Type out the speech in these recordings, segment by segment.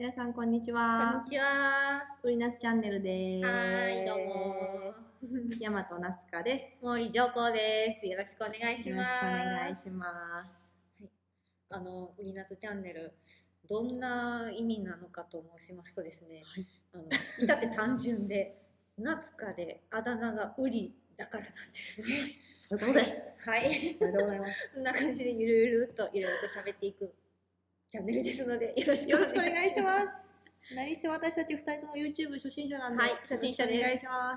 皆さんこんにちこんは。 にちは。 ウリナスチャンネルです。 どうも。 大和夏香です。 毛利上皇です。よろしくお願いします。 よろしくお願いします。 ウリナツチャンネル、どんな意味なのかと申しますとですね、 はい。 至って単純で、夏香であだ名がウリだからなんですね。 そういうことです。 はい。 ありがとうございます。 こんな感じでゆるゆるといろいろと喋っていくチャンネルですので、よろしくお願いします。 何せ私たち2人とも YouTube 初心者なんで、 はい、初心者です。 お願いします。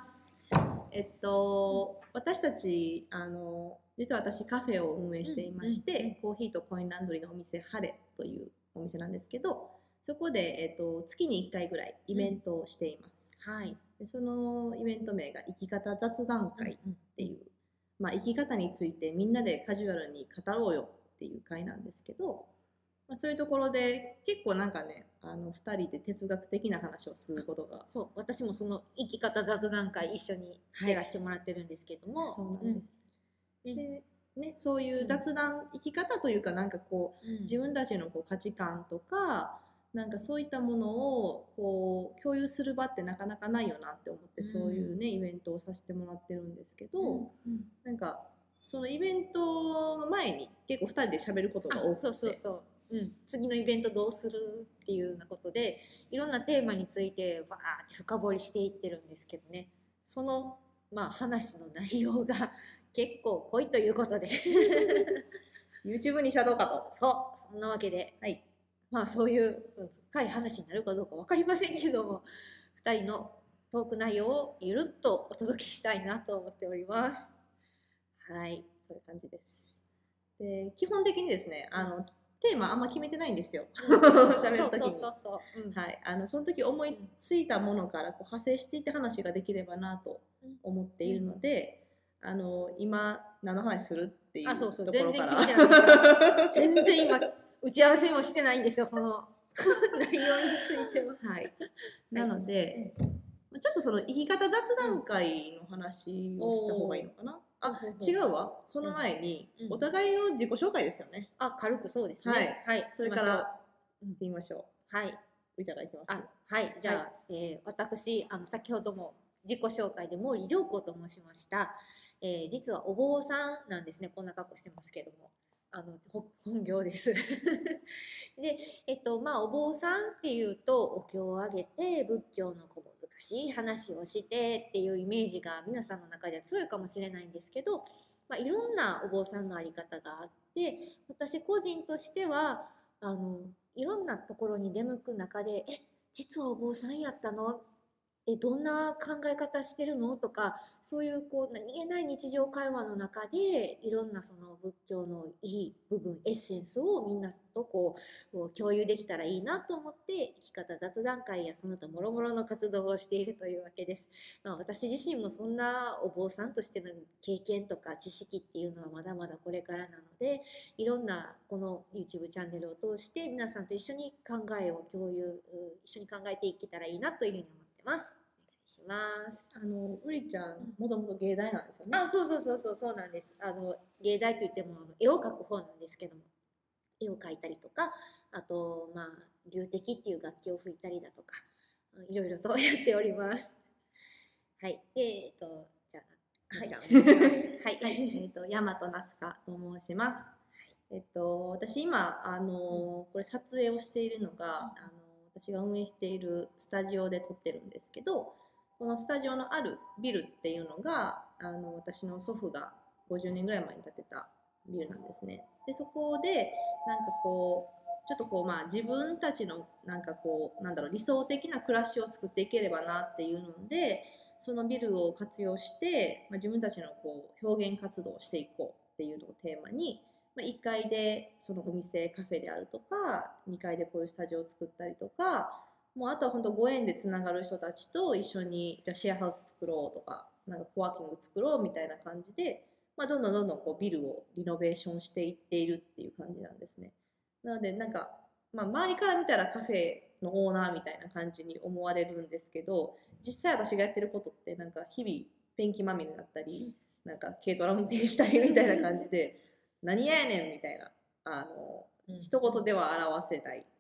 私たち実は私カフェを運営していまして、コーヒーとコインランドリーのお店ハレというお店なんですけど、そこで、月に1回ぐらいイベントをしています。 はい。 でそのイベント名が生き方雑談会っていう、生き方についてみんなでカジュアルに語ろうよっていう会なんですけど、そういうところで結構なんかね、2人で哲学的な話をすることが、 そう、私もその生き方雑談会一緒にやらせてもらってるんですけども、 そうなんです。でね、そういう雑談、生き方というかなんかこう、自分たちのこう価値観とかなんかそういったものをこう共有する場ってなかなかないよなって思って、そういうねイベントをさせてもらってるんですけど、なんかそのイベントの前に結構2人で喋ることが多くて、 次のイベントどうするっていうようなことでいろんなテーマについてバーって深掘りしていってるんですけどね、その話の内容が結構濃いということで YouTube にしようかと。 そんなわけで、そういう深い話になるかどうか分かりませんけども、2人のトーク内容をゆるっとお届けしたいなと思っております。はい、 そういう感じです。で、基本的にですね、テーマあんま決めてないんですよ。喋る時に。その時思いついたものからこう派生していって話ができればなと思っているので、今何の話するっていうところから、 全然今打ち合わせもしてないんですよ、その内容については。 なので、ちょっとその生き方雑談会の話をした方がいいのかな。違うわ。その前にお互いの自己紹介ですよね。 軽くそうですね。はい。 それから言ってみましょう。 はい。 うちゃがいきます。 はい。じゃあ、私先ほども自己紹介で毛利上皇と申しました。実はお坊さんなんですね。こんな格好してますけども。本業ですで、お坊さんっていうとお経をあげて仏教の小難しい話をしてっていうイメージが皆さんの中では強いかもしれないんですけど、いろんなお坊さんのあり方があって、私個人としてはいろんなところに出向く中で実はお坊さんやったの、どんな考え方してるのとか、そういうこう何気ない日常会話の中でいろんなその仏教のいい部分エッセンスをみんなとこう共有できたらいいなと思って生き方雑談会やその他もろもろの活動をしているというわけです。私自身もそんなお坊さんとしての経験とか知識っていうのはまだまだこれからなので、いろんなこの YouTube チャンネルを通して皆さんと一緒に考えを共有、一緒に考えていけたらいいなというふうに思ってます。します。 うりちゃんもともと芸大なんですよね。 そうなんです。芸大といっても絵を描く方なんですけども、絵を描いたりとか、あと龍笛っていう楽器を吹いたりだとか、いろいろとやっております。はい。じゃあお願いします。はい。 大和夏香と申します。私今これ撮影をしているのが私が運営しているスタジオで撮ってるんですけど、このスタジオのあるビルっていうのが私の祖父が50年ぐらい前に建てたビルなんですね。でそこでなんかこうちょっとこう自分たちのなんかこうなんだろう理想的な暮らしを作っていければなっていうので、そのビルを活用して、自分たちのこう表現活動をしていこうっていうのをテーマに、1階でそのお店カフェであるとか、2階でこういうスタジオを作ったりとか、もうあとは本当ご縁でつながる人たちと一緒にじゃあシェアハウス作ろうとか、なんかコワーキング作ろうみたいな感じで、どんどんこうビルをリノベーションしていっているっていう感じなんですね。なのでなんか、周りから見たらカフェのオーナーみたいな感じに思われるんですけど、実際私がやってることってなんか日々ペンキまみれになったり、なんか軽トラ運転したりみたいな感じで何やねんみたいな一言では表せない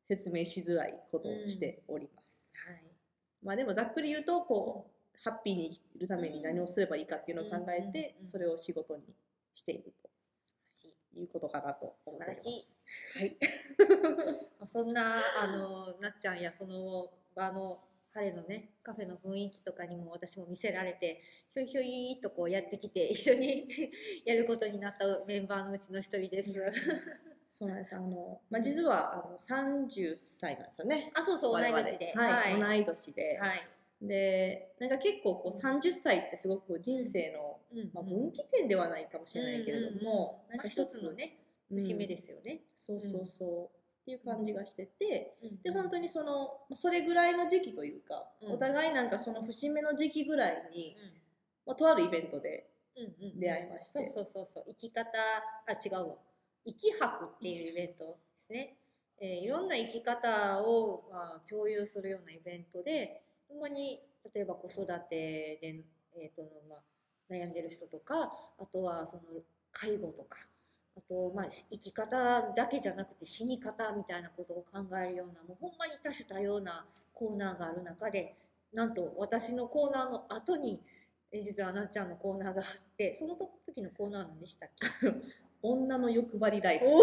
説明しづらいことをしております。 はい。 まあでもざっくり言うとこうハッピーに生きるために何をすればいいかっていうのを考えてそれを仕事にしているということかなと思っております。 素晴らしい。はい。そんななっちゃんやその場の彼のねカフェの雰囲気とかにも私も見せられてひょいひょいとこうやってきて一緒にやることになったメンバーのうちの一人です。 そうなんです。まあ、実は30歳なんですよね。 あ、そうそう、同い年で。 はい、同い年で。 はい。 で、なんか結構こう30歳ってすごく人生の、まあ、分岐点ではないかもしれないけれども、なんか一つのね、節目ですよね。 そうそうそう。っていう感じがしてて、で本当にそれぐらいの時期というか、お互いなんかその節目の時期ぐらいに、まあ、とあるイベントで出会いまして、 そう生き方違うわ生き博っていうイベントですね。いろんな生き方を、まあ、共有するようなイベントでほんまに例えば子育てで、まあ、悩んでる人とかあとはその介護とかあと、まあ、生き方だけじゃなくて死に方みたいなことを考えるようなもうほんまに多種多様なコーナーがある中でなんと私のコーナーの後に実はなっちゃんのコーナーがあってその時のコーナー何でしたっけ女の欲張りライフ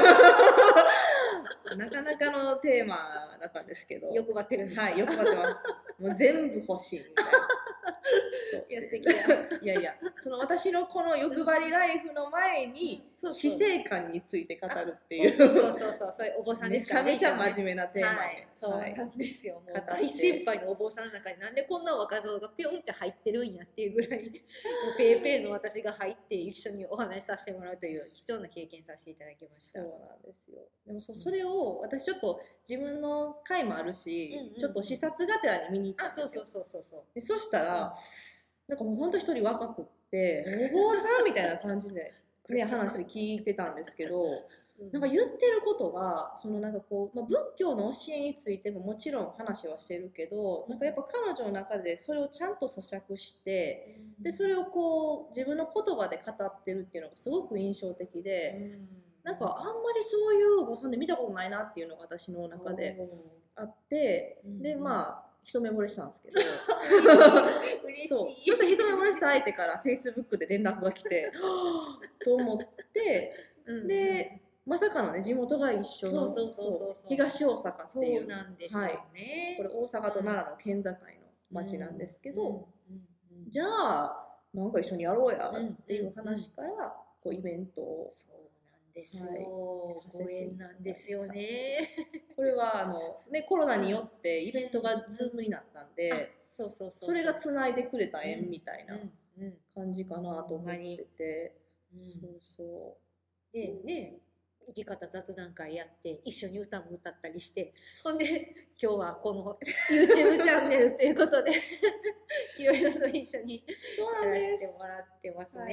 なかなかのテーマだったんですけど欲張ってるんですか。 はい、欲張ってますもう全部欲しいみたいなそういや素敵だいやいやその私のこの欲張りライフの前に死生観について語るっていうそういうお坊さんですからねめちゃめちゃ真面目なテーマで、 はい、そうなんですよ、もう大先輩のお坊さんの中になんでこんな若造がピョンって入ってるんやっていうぐらいもうペーペーの私が入って一緒にお話しさせてもらうという貴重な経験させていただきました。 そうなんですよ。でもそれを私ちょっと自分の回もあるし、ちょっと視察がてらに見に行ったんですよ。でそしたら、なんかもうほんと一人若くってお坊さんみたいな感じで、ね、話聞いてたんですけどなんか言ってることがそのなんかこう、まあ、仏教の教えについてももちろん話はしてるけどなんかやっぱ彼女の中でそれをちゃんと咀嚼してでそれをこう自分の言葉で語ってるっていうのがすごく印象的でなんかあんまりそういうお坊さんで見たことないなっていうのが私の中であってでまあ一目惚れしたんですけど嬉しいそうそしたら一目惚れした相手からフェイスブックで連絡が来てと思ってでまさかのね地元が一緒の東大阪っていうそうなんですよね、 はい、これ大阪と奈良の県境の町なんですけど、じゃあなんか一緒にやろうやっていう話からこうイベントをですよ、ご縁なんですよね。 これはね、コロナによってイベントがズームになったんで、それがつないでくれた縁みたいな感じかなと思ってて、そうそうでね生き方雑談会やって一緒に歌も歌ったりしてほんで今日はこの YouTube チャンネルということでいろいろと一緒にやらせてもらってますね、 はい、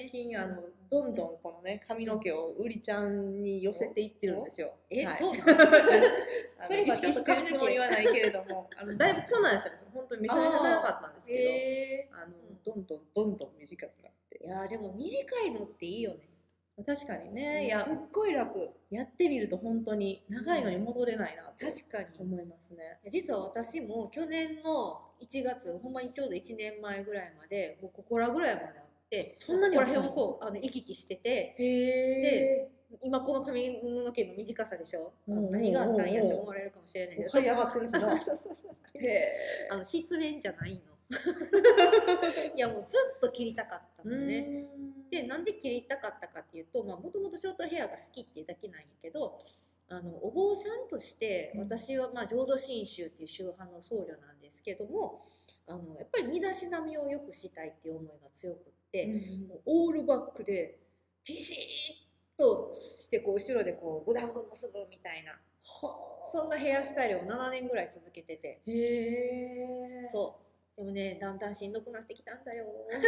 最近どんどんこのね髪の毛をうりちゃんに寄せていってるんですよ。はい、そう意識してるつもりはないけれどもだいぶ困難でしたね。本当にめちゃめちゃ長かったんですけど、どんどん短くなって。 いやでも短いのっていいよね。 確かにね、いやすっごい楽。 やってみると本当に長いのに戻れないなと思いますね。 実は私も去年の1月ほんまにちょうど1年前ぐらいまでもうここらぐらいまであってそんなにここら辺をそう行き来しててで今この髪の毛の短さでしょ、何があったんやって思われるかもしれないけど上がってるしな失恋じゃないのいやもうずっと切りたかったのね。でなんで切りたかったかっていうともともとショートヘアが好きっていうだけなんやけどお坊さんとして私は、浄土真宗っていう宗派の僧侶なんですけどもやっぱり身だしなみを良くしたいっていう思いが強くって、オールバックでピシッとしてこう後ろでこうグダングもすぐみたいなそんなヘアスタイルを7年ぐらい続けててそうでもねだんだんしんどくなってきたんだよ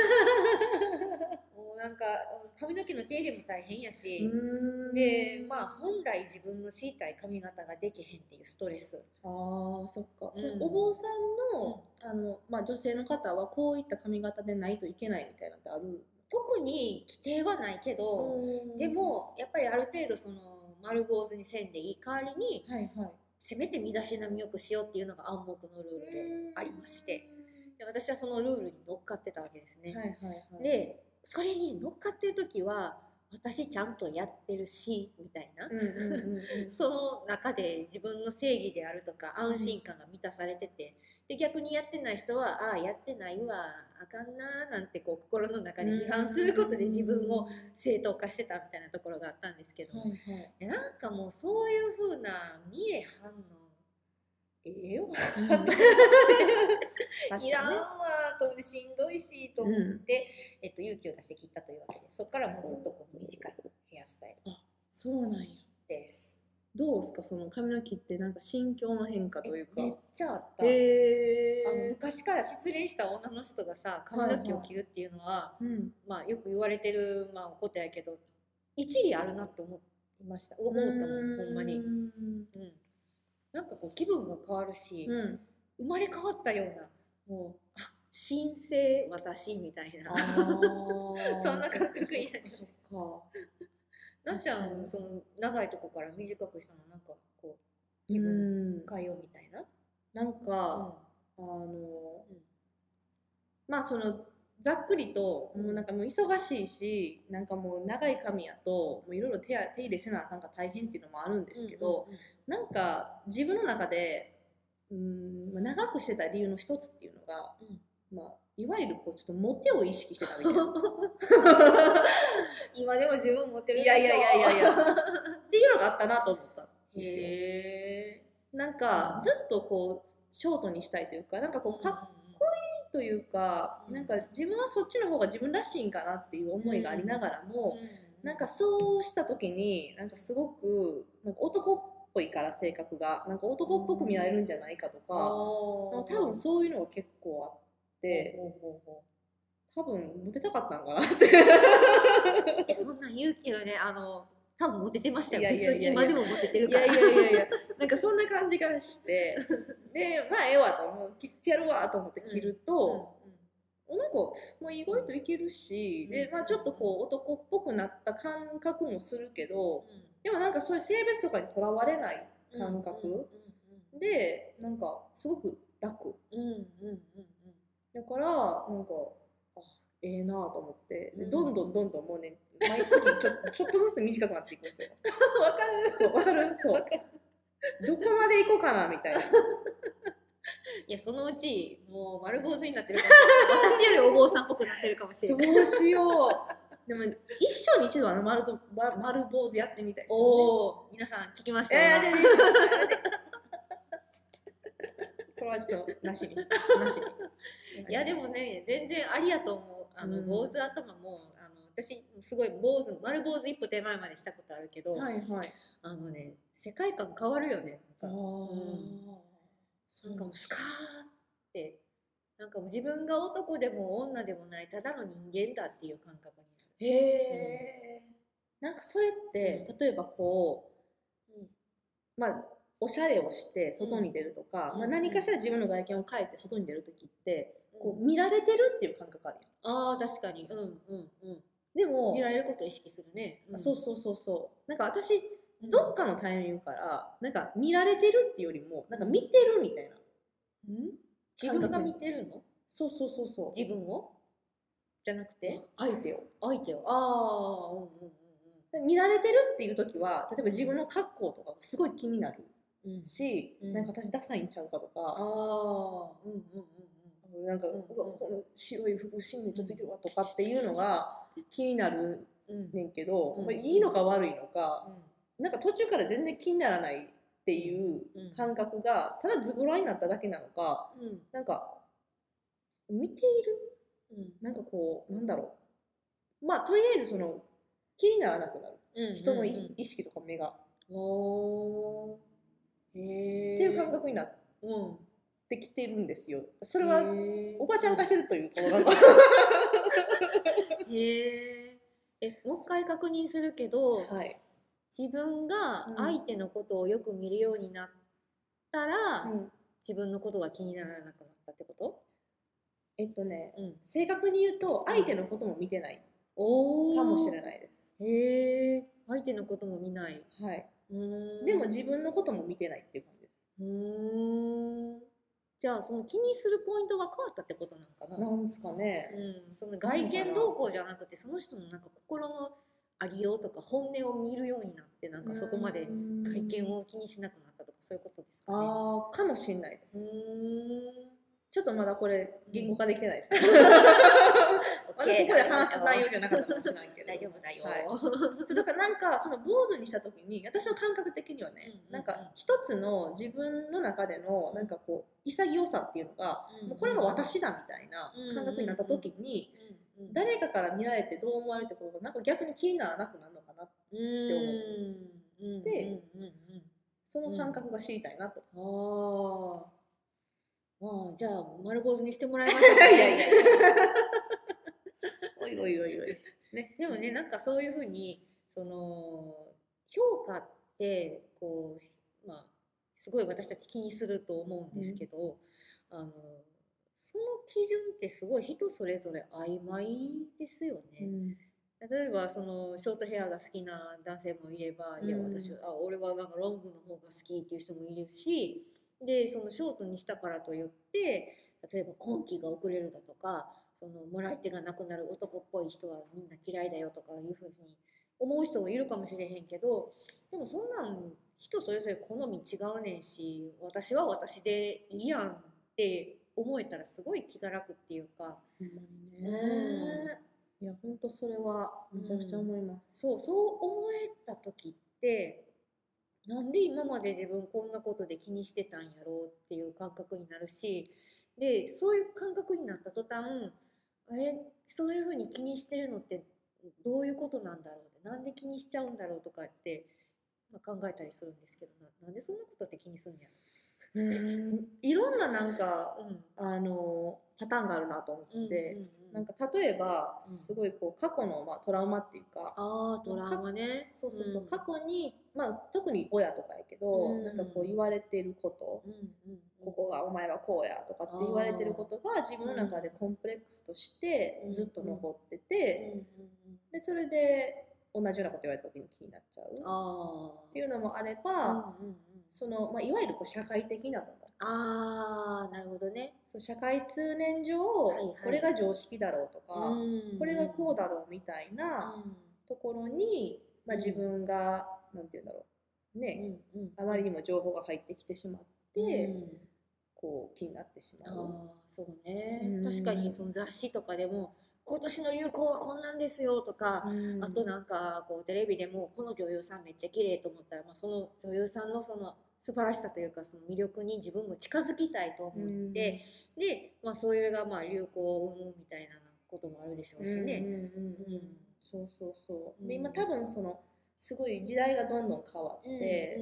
もうなんか髪の毛の手入れも大変やしで本来自分の知りたい髪型ができへんっていうストレスそっか、お坊さんの、女性の方はこういった髪型でないといけないみたいなのってある？ 特に規定はないけどでもやっぱりある程度その丸坊主にせんでいい代わりに、 せめて身だしなみよくしようっていうのが暗黙のルールでありまして、で私はそのルールに乗っかってたわけですね。 はいはいはい。 でそれに乗っかってる時は私ちゃんとやってるしみたいな、その中で自分の正義であるとか安心感が満たされてて、で逆にやってない人はああやってないわあかんななんてこう心の中で批判することで自分を正当化してたみたいなところがあったんですけど、 はいはい。 なんかもうそういう風な見え反応よいらんわと思ってしんどいしと思って、勇気を出して切ったというわけです。そこからもうずっとこの短いヘアスタイルそうなんや。 です。 どうですかその髪の毛ってなんか心境の変化というか。 めっちゃあった。昔から失恋した女の人がさ髪の毛を切るっていうのは、まあよく言われてる、まあ、ことやけど一理あるなって思いました。思ったもんほんまに。なんかこう気分が変わるし、生まれ変わったようなもう新生私みたいなそんな感覚になりました。なっちゃんその長いとこから短くしたのなんかこう気分変えようみたいな。 なんか、まあそのざっくりともうなんかもう忙しいしなんかもう長い髪やともういろいろ手入れせなあかんから大変っていうのもあるんですけど、なんか自分の中で長くしてた理由の一つっていうのが、まあいわゆるこうちょっとモテを意識してたみたいな今でも自分モテるでしょ。いやっていうのがあったなと思ったんですよ。なんかずっとこうショートにしたいというかなんかこうかっこいいというか、なんか自分はそっちの方が自分らしいんかなっていう思いがありながらも、なんかそうした時になんかすごくなんか男っぽいから性格がなんか男っぽく見られるんじゃないかとか、多分そういうのが結構あって、多分モテたかったんかなってそんなん言うけどね多分モテてましたよ。別に今でもモテてるから。 なんかそんな感じがしてでまあええわと思う切ってやるわと思って切ると、なんかもう意外といけるし、でまあちょっとこう男っぽくなった感覚もするけど、でもなんかそういう性別とかにとらわれない感覚でなんかすごく楽だからなんかええなと思ってでどんどんもうね毎月ちょっとずつ短くなっていくんですよ。 わかる。 そうわかる。そうどこまで行こうかなみたいな。いやそのうちもう丸坊主になってるかもしれない。私よりお坊さんっぽくなってるかもしれない。 どうしよう。でも一生に一度は丸坊主やってみたいですよね。 お皆さん聞きましたよ。 これはちょっとなしに。 いやでもね全然ありやと思う。坊主頭も私すごい丸坊主一歩手前までしたことあるけど、世界観変わるよね。なんかもうスカーってなんかもう自分が男でも女でもないただの人間だっていう感覚になる。 なんかそれって、例えばこう、まあおしゃれをして外に出るとか、何かしら自分の外見を変えて外に出る時って、こう見られてるっていう感覚あるやん。確かに。 でも見られることを意識するね。 そうなんか私どっかのタイミングからなんか見られてるっていうよりもなんか見てるみたいな。 自分が見てるの？ そう自分をじゃなくて相手を見られてるっていう時は例えば自分の格好とかがすごい気になるし、なんか私ダサいんちゃうかとかなんかこの白い服芯めっちゃついてるわとかっていうのが気になるねんけど、いいのか悪いのか、なんか途中から全然気にならないっていう感覚がただズボラになっただけなのか、なんか見ている、なんかこうなんだろう、まあとりあえずその気にならなくなる、人の意識とか目がっていう感覚になってきてるんですよ。それはおばちゃん化してるというかなんかもう一回確認するけど、自分が相手のことをよく見るようになったら、自分のことが気にならなくなったってこと？ 正確に言うと相手のことも見てないかもしれないです。 相手のことも見ない。 でも自分のことも見てないっていう感じです。 じゃあその気にするポイントが変わったってことなのかな。 なんですかね。 その外見動向じゃなくてその人のなんか心のありようとか本音を見るようになってなんかそこまで外見を気にしなくなったとかそういうことですかね。 ああ、かもしれないです。ちょっとまだこれ言語化できてないです。まだここで話す内容じゃなかったかもしれないけど。 大丈夫だよ。 そうだからなんかその坊主にした時に私の感覚的にはね、なんか一つの自分の中でのなんかこう潔さっていうのが、もうこれが私だみたいな感覚になった時に、誰かから見られてどう思われるってことがなんか逆に気にならなくなるのかなって思って、その感覚が知りたいなと。 じゃあ丸坊主にしてもらいましょうかね。 いやいやおいおいおいおい。 ね、でもね、なんかそういうふうにその評価ってこう、まあ、すごい私たち気にすると思うんですけど、その基準ってすごい人それぞれ曖昧ですよね。例えばそのショートヘアが好きな男性もいれば、いや俺はなんかロングの方が好きっていう人もいるし、でそのショートにしたからといって例えば婚期が遅れるだとか、そのもらい手がなくなる男っぽい人はみんな嫌いだよとかいうふうに思う人もいるかもしれへんけど、でもそんなん人それぞれ好み違うねんし、私は私でいいやんって思えたらすごい気が楽っていうか。 いや本当それはめちゃくちゃ思います。 そう思えた時ってなんで今まで自分こんなことで気にしてたんやろうっていう感覚になるし、でそういう感覚になった途端そういうふうに気にしてるのってどういうことなんだろうって、なんで気にしちゃうんだろうとかって、考えたりするんですけど、なんでそんなことって気にするんやろ。 いろんななんか、パターンがあるなと思って、なんか例えばすごいこう過去のトラウマっていうか、 トラウマね。 そう過去に特に親とかやけど、なんかこう言われてること、ここがお前はこうやとかって言われてることが自分の中でコンプレックスとしてずっと残ってて、でそれで同じようなこと言われた時に気になっちゃうっていうのもあれば、そのいわゆるこう社会的なもの。 なるほどね。 社会通念上、これが常識だろうとか、これがこうだろうみたいなところに、自分がなんていうんだろうね、あまりにも情報が入ってきてしまって、こう気になってしまう。 そうね、確かにその雑誌とかでも今年の流行はこんなんですよとか、あとなんかこうテレビでもこの女優さんめっちゃ綺麗と思ったら、その女優さんのその素晴らしさというかその魅力に自分も近づきたいと思って、で、それが流行を生むみたいなこともあるでしょうしね。 そうで今多分そのすごい時代がどんどん変わって、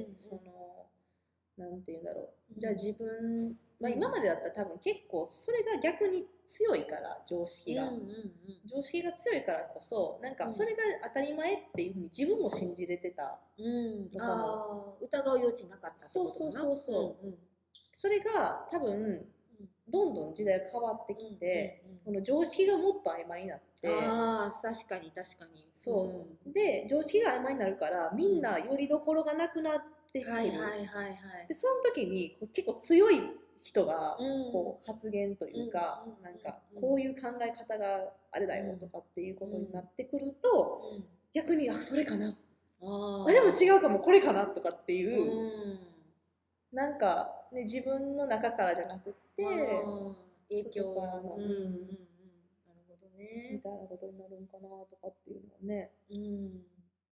そのなんていうんだろう、じゃあ自分、今までだったら多分結構それが逆に強いから常識が強いからこそなんかそれが当たり前っていうふうに自分も信じれてたのかも。疑う余地なかったってことかな。 それが多分どんどん時代が変わってきて、この常識がもっと曖昧になって、 確かにで常識が曖昧になるからみんなよりどころがなくなっていってる。でその時に結構強い人がこう発言というか、なんかこういう考え方があれだよとかっていうことになってくると、逆にそれかな、でも違うかもこれかなとかっていう、なんか、ね、自分の中からじゃなくて影響からの、 なるほどね、 みたいなことになるんかなとかっていうのはね。